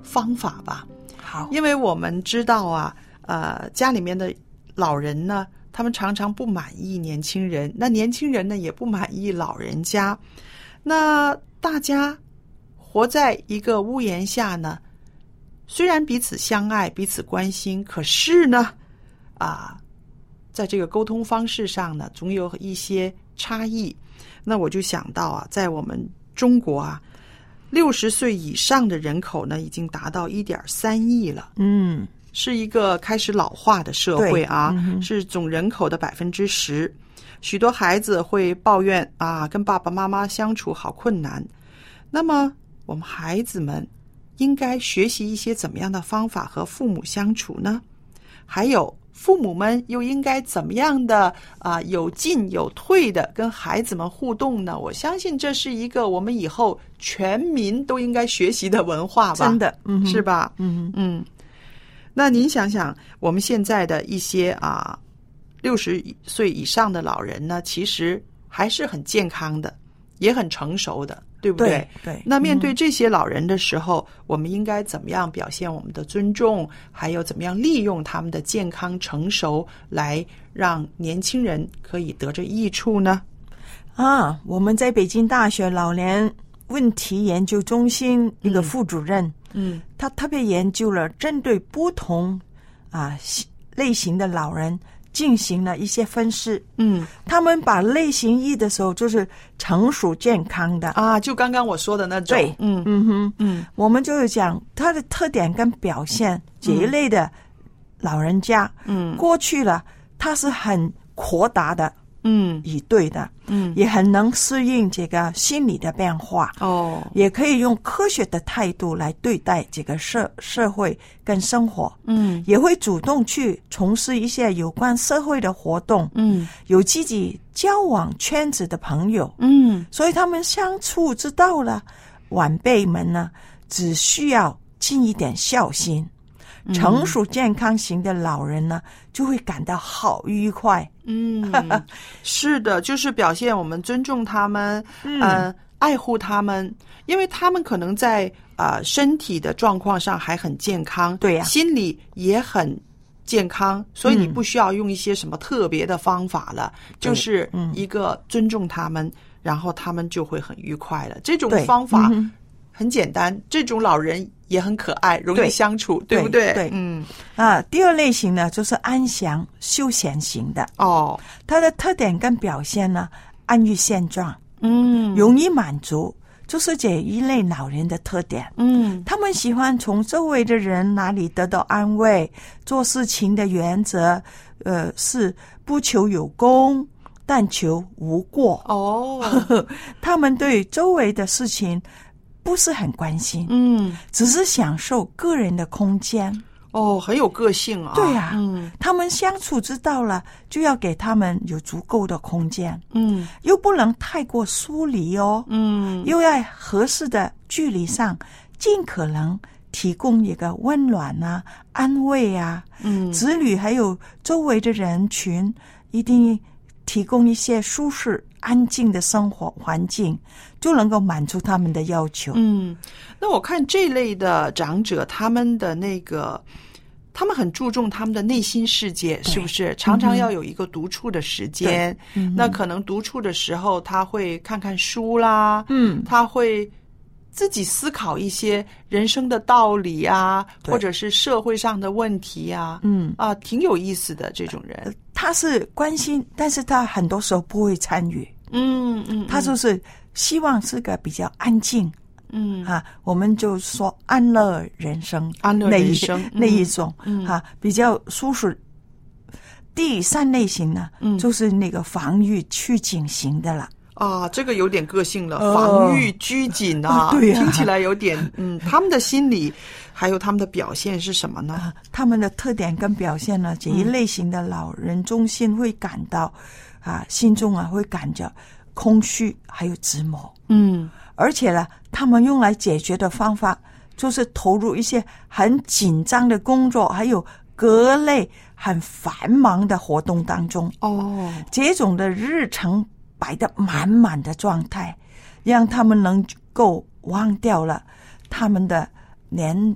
方法吧。 好， 因为我们知道啊，呃，家里面的老人呢，他们常常不满意年轻人，那年轻人呢也不满意老人家，那大家活在一个屋檐下呢，虽然彼此相爱，彼此关心，可是呢，啊，在这个沟通方式上呢，总有一些差异。那我就想到啊，在我们中国啊，六十岁以上的人口呢，已经达到一点三亿了。 嗯， 是一个开始老化的社会啊， 嗯、 是总人口的百分之十。许多孩子会抱怨啊，跟爸爸妈妈相处好困难。那么，我们孩子们应该学习一些怎么样的方法和父母相处呢？还有，父母们又应该怎么样的啊，有进有退的跟孩子们互动呢？我相信这是一个我们以后全民都应该学习的文化吧， 真的，嗯、 是吧？ 嗯嗯。那您想想，我们现在的一些啊六十岁以上的老人呢，其实还是很健康的，也很成熟的，对不对？ 对。对， 那面对这些老人的时候，嗯、我们应该怎么样表现我们的尊重，还有怎么样利用他们的健康成熟，来让年轻人可以得着益处呢？ 啊，我们在北京大学老年问题研究中心一个副主任， 嗯， 他特别研究了针对不同啊类型的老人进行了一些分析。 嗯， 他们把类型一的时候就是成熟健康的啊，就刚刚我说的那种。 对， 嗯嗯哼， 嗯， 我们就是讲他的特点跟表现，这一类的老人家， 嗯， 过去了他是很豁达的。 嗯， 以对的， 嗯， 也很能适应这个心理的变化， 哦， 也可以用科学的态度来对待这个社社会跟生活， 嗯， 也会主动去从事一些有关社会的活动， 嗯， 有自己交往圈子的朋友， 嗯， 所以他们相处之道了，晚辈们呢，只需要尽一点孝心。成熟健康型的老人呢，就会感到好愉快。 嗯，是的，就是表现我们尊重他们， 嗯、 呃，爱护他们，因为他们可能在呃身体的状况上还很健康， 对呀、啊， 心理也很健康，所以你不需要用一些什么特别的方法了，嗯、就是一个尊重他们，然后他们就会很愉快了。这种方法很简单，嗯、这种老人也很可爱，容易相处， 对, 对不对？ 对， 嗯啊，第二类型呢，就是安详休闲型的哦， 它的特点跟表现呢，安于现状， 嗯， 容易满足，就是这一类老人的特点。 嗯， 他们喜欢从周围的人那里得到安慰，做事情的原则，呃，是不求有功，但求无过。 哦， 他们对周围的事情不是很关心， 嗯， 只是享受个人的空间。 哦，很有个性啊。 对啊， 嗯， 他们相处之道了，就要给他们有足够的空间， 嗯， 又不能太过疏离哦， 嗯， 又在合适的距离上，尽可能提供一个温暖啊、安慰啊， 嗯， 子女还有周围的人群，一定提供一些舒适安静的生活环境，就能够满足他们的要求。 嗯，那我看这类的长者，他们的那个，他们很注重他们的内心世界，是不是？常常要有一个独处的时间。 嗯、 那可能独处的时候，他会看看书啦， 嗯， 他会自己思考一些人生的道理啊，或者是社会上的问题啊， 嗯啊，挺有意思的这种人。 他是关心，但是他很多时候不会参与。 嗯嗯， 他就是希望是个比较安静， 嗯啊，我们就说安乐人生， 安乐人生那一、嗯、那一种， 嗯啊，比较舒适。第三类型呢， 嗯， 就是那个防御趋紧型的了。 啊，这个有点个性了， 哦、 防御拘谨啊， 哦、对呀、啊， 听起来有点，嗯，他们的心理还有他们的表现是什么呢？ 啊、他们的特点跟表现呢，这一类型的老人中心会感到，嗯、啊，心中啊会感着空虚还有折磨， 嗯， 而且呢，他们用来解决的方法就是投入一些很紧张的工作，还有各类很繁忙的活动当中。 哦， 这种的日程摆得满满的状态，让他们能够忘掉了他们的年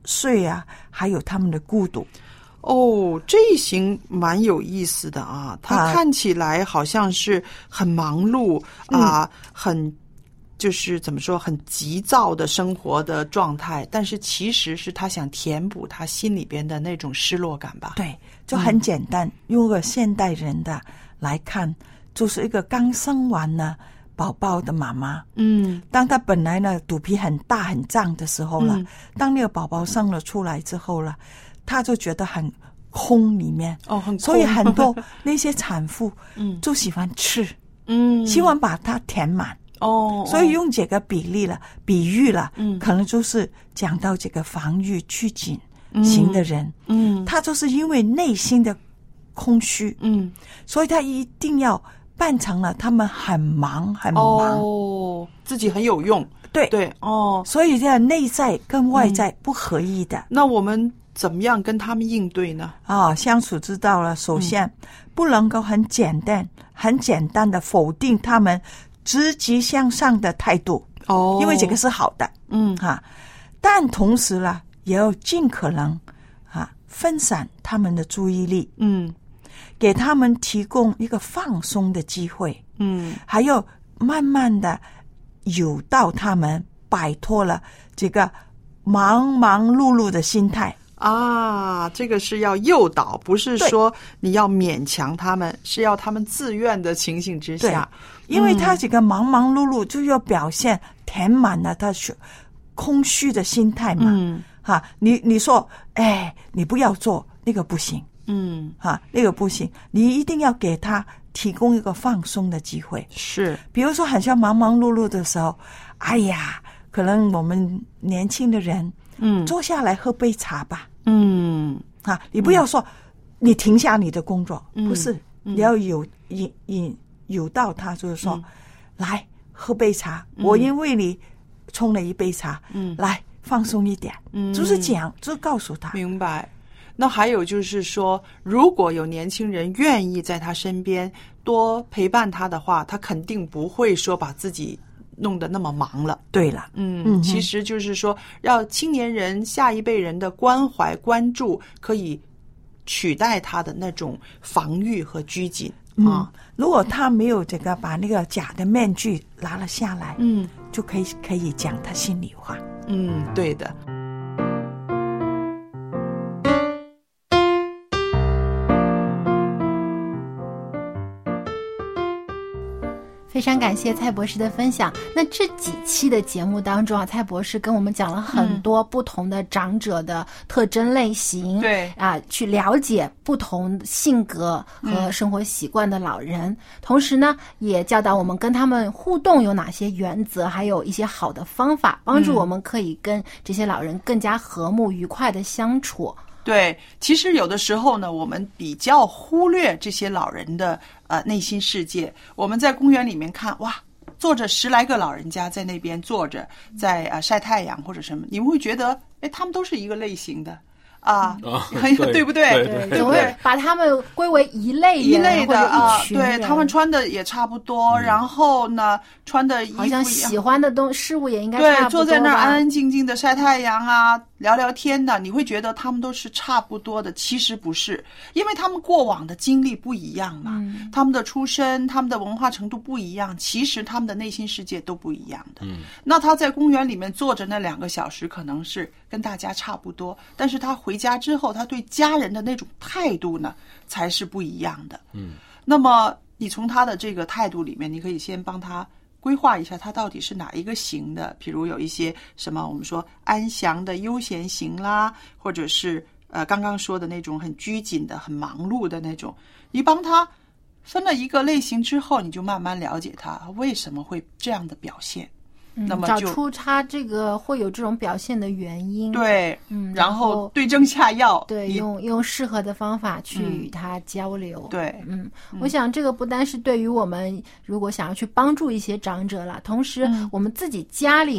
岁啊，还有他们的孤独。 哦，这一行蛮有意思的啊，他看起来好像是很忙碌啊、嗯，很就是怎么说，很急躁的生活的状态，但是其实是他想填补他心里边的那种失落感吧。 对，就很简单，嗯、用个现代人的来看，就是一个刚生完呢宝宝的妈妈， 嗯， 当她本来呢肚皮很大很胀的时候了，嗯、当那个宝宝生了出来之后了，她就觉得很空里面， 哦，很空， 所以很多那些产妇，嗯，就喜欢吃， 嗯， 希望把它填满。 哦， 所以用这个比例了，比喻了， 嗯， 可能就是讲到这个防御拘谨型的人， 嗯， 他就是因为内心的空虚， 嗯， 所以他一定要扮成了他们很忙很忙， 哦，自己很有用， 对对，哦， 所以这样内在跟外在不合一的。 嗯、那我们怎么样跟他们应对呢？ 啊、哦，相处之道了，首先、嗯、不能够很简单、很简单的否定他们积极向上的态度， 哦， 因为这个是好的， 嗯哈、啊，但同时呢，也要尽可能啊分散他们的注意力， 嗯， 给他们提供一个放松的机会， 嗯， 还有慢慢的诱导他们摆脱了这个忙忙碌碌的心态。 啊，这个是要诱导，不是说你要勉强他们，是要他们自愿的情形之下。 因为他这个忙忙碌碌就要表现填满了他空虚的心态嘛。 嗯， 哈，你你说，哎，你不要做那个不行。 嗯， 哈，那个不行，你一定要给他提供一个放松的机会。 是， 比如说，好像忙忙碌碌的时候，哎呀，可能我们年轻的人， 嗯， 坐下来喝杯茶吧。 嗯， 啊，你不要说、嗯、你停下你的工作， 嗯、 不是， 嗯、 你要有引引诱导他，就是说， 嗯、 来喝杯茶、 嗯， 我因为你冲了一杯茶， 嗯， 来放松一点， 嗯， 就是讲，就是告诉他， 明白。那还有就是说，如果有年轻人愿意在他身边多陪伴他的话，他肯定不会说把自己弄得那么忙了。 对了， 嗯， 嗯其实就是说，让青年人、下一辈人的关怀、关注，可以取代他的那种防御和拘谨、 嗯、 啊。 如果他没有这个把那个假的面具拿了下来， 嗯， 就可以可以讲他心里话。 嗯，对的。 非常感谢蔡博士的分享。那这几期的节目当中啊，蔡博士跟我们讲了很多不同的长者的特征类型， 对、 嗯、啊，去了解不同性格和生活习惯的老人、嗯、同时呢也教导我们跟他们互动有哪些原则，还有一些好的方法，帮助我们可以跟这些老人更加和睦愉快的相处。 对，其实有的时候呢，我们比较忽略这些老人的呃内心世界。我们在公园里面看，哇，坐着十来个老人家在那边坐着，在啊、呃、晒太阳或者什么，你们会觉得，哎，他们都是一个类型的。啊， 哦、 很对, 对不对？ 对对对， 总会把他们归为一类人一类的啊， 对， 他们穿的也差不多，嗯、然后呢，穿的衣服好像喜欢的东事物也应该差不多吧。 对，坐在那儿安安静静的晒太阳啊，聊聊天的，你会觉得他们都是差不多的，其实不是，因为他们过往的经历不一样嘛， 嗯、 他们的出身、他们的文化程度不一样，其实他们的内心世界都不一样的。 嗯， 那他在公园里面坐着那两个小时，可能是跟大家差不多，但是他回家之后，他对家人的那种态度呢，才是不一样的。 嗯， 那么你从他的这个态度里面，你可以先帮他规划一下，他到底是哪一个型的。比如有一些什么，我们说安详的悠闲型啦，或者是呃刚刚说的那种很拘谨的、很忙碌的那种。你帮他分了一个类型之后，你就慢慢了解他为什么会这样的表现。 嗯、 那么找出他这个会有这种表现的原因， 对， 嗯， 然后对症下药， 对，用用适合的方法去与他交流， 嗯、对， 嗯，我想这个不单是对于我们如果想要去帮助一些长者了，同时我们自己家里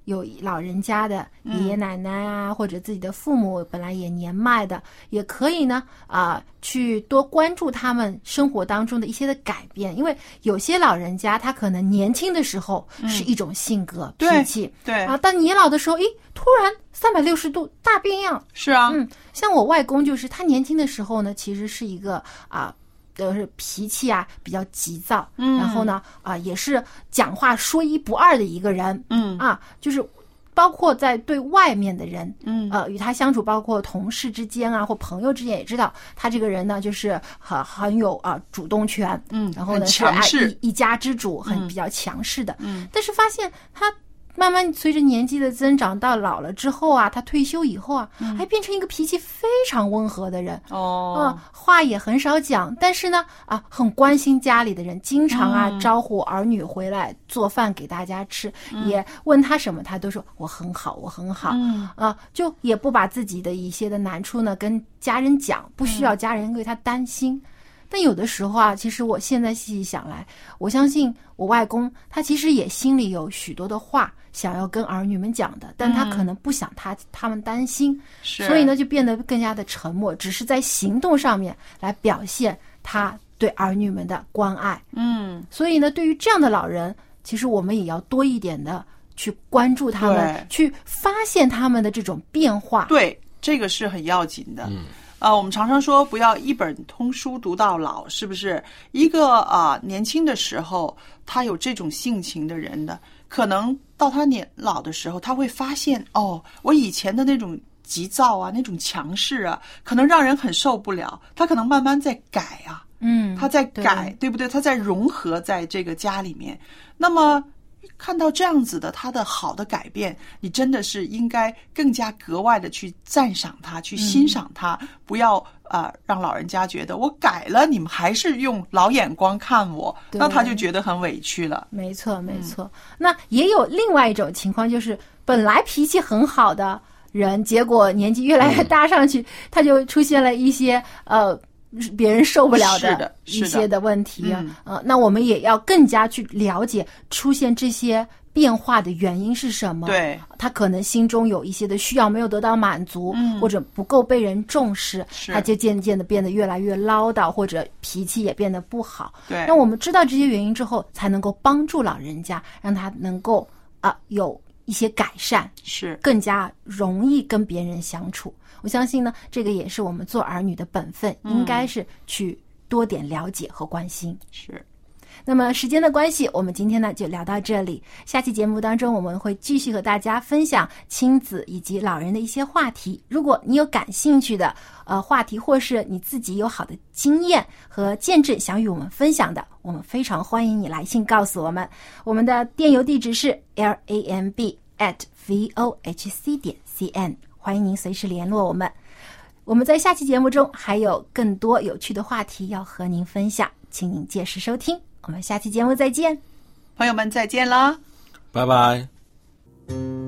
有老人家的爷爷奶奶啊，嗯、或者自己的父母本来也年迈的，也可以呢啊、呃，去多关注他们生活当中的一些的改变。因为有些老人家他可能年轻的时候是一种性格、嗯、脾气， 对, 对啊，但年老的时候，诶，突然三百六十度大变样。 是啊， 嗯，像我外公就是他年轻的时候呢，其实是一个啊。就是脾气啊比较急躁，嗯，然后呢啊、呃、也是讲话说一不二的一个人， 嗯啊，就是包括在对外面的人， 嗯呃与他相处，包括同事之间啊或朋友之间，也知道他这个人呢就是很很有啊、呃、主动权， 嗯， 然后呢是爱一一家之主，很、嗯、比较强势的， 嗯， 但是发现他。慢慢随着年纪的增长，到老了之后啊，他退休以后啊，嗯、还变成一个脾气非常温和的人哦， 啊，话也很少讲，但是呢啊，很关心家里的人，经常啊、嗯、招呼儿女回来做饭给大家吃，嗯、也问他什么，他都说我很好，我很好， 嗯啊，就也不把自己的一些的难处呢跟家人讲，不需要家人为他担心。嗯但有的时候啊，其实我现在细细想来，我相信我外公他其实也心里有许多的话想要跟儿女们讲的，但他可能不想他、嗯、他们担心，所以呢就变得更加的沉默，只是在行动上面来表现他对儿女们的关爱。 嗯， 所以呢，对于这样的老人，其实我们也要多一点的去关注他们，去发现他们的这种变化。 对，这个是很要紧的。 嗯。 呃，我们常常说不要一本通书读到老，是不是？一个啊、呃、年轻的时候他有这种性情的人的，可能到他年老的时候，他会发现哦，我以前的那种急躁啊，那种强势啊，可能让人很受不了。他可能慢慢在改啊， 嗯， 他在改， 对, 对不对？他在融合在这个家里面。那么看到这样子的他的好的改变，你真的是应该更加格外的去赞赏他，去欣赏他，嗯、不要呃让老人家觉得我改了，你们还是用老眼光看我，那他就觉得很委屈了。 没错，没错。嗯、那也有另外一种情况，就是本来脾气很好的人，结果年纪越来越大上去，嗯、他就出现了一些呃。别人受不了的一些的问题， 嗯、 呃，那我们也要更加去了解出现这些变化的原因是什么。 对， 他可能心中有一些的需要没有得到满足， 嗯、 或者不够被人重视，他就渐渐的变得越来越唠叨，或者脾气也变得不好。 对， 那我们知道这些原因之后，才能够帮助老人家，让他能够啊、呃、有一些改善， 是更加容易跟别人相处。我相信呢，这个也是我们做儿女的本分， 嗯、 应该是去多点了解和关心。 是。 那么时间的关系，我们今天呢就聊到这里。下期节目当中，我们会继续和大家分享亲子以及老人的一些话题。如果你有感兴趣的呃话题，或是你自己有好的经验和见证想与我们分享的，我们非常欢迎你来信告诉我们。我们的电邮地址是 l a m b at vohc 点 c n。欢迎您随时联络我们。我们在下期节目中还有更多有趣的话题要和您分享，请您届时收听。我们下期节目再见， 朋友们再见啦， 拜拜。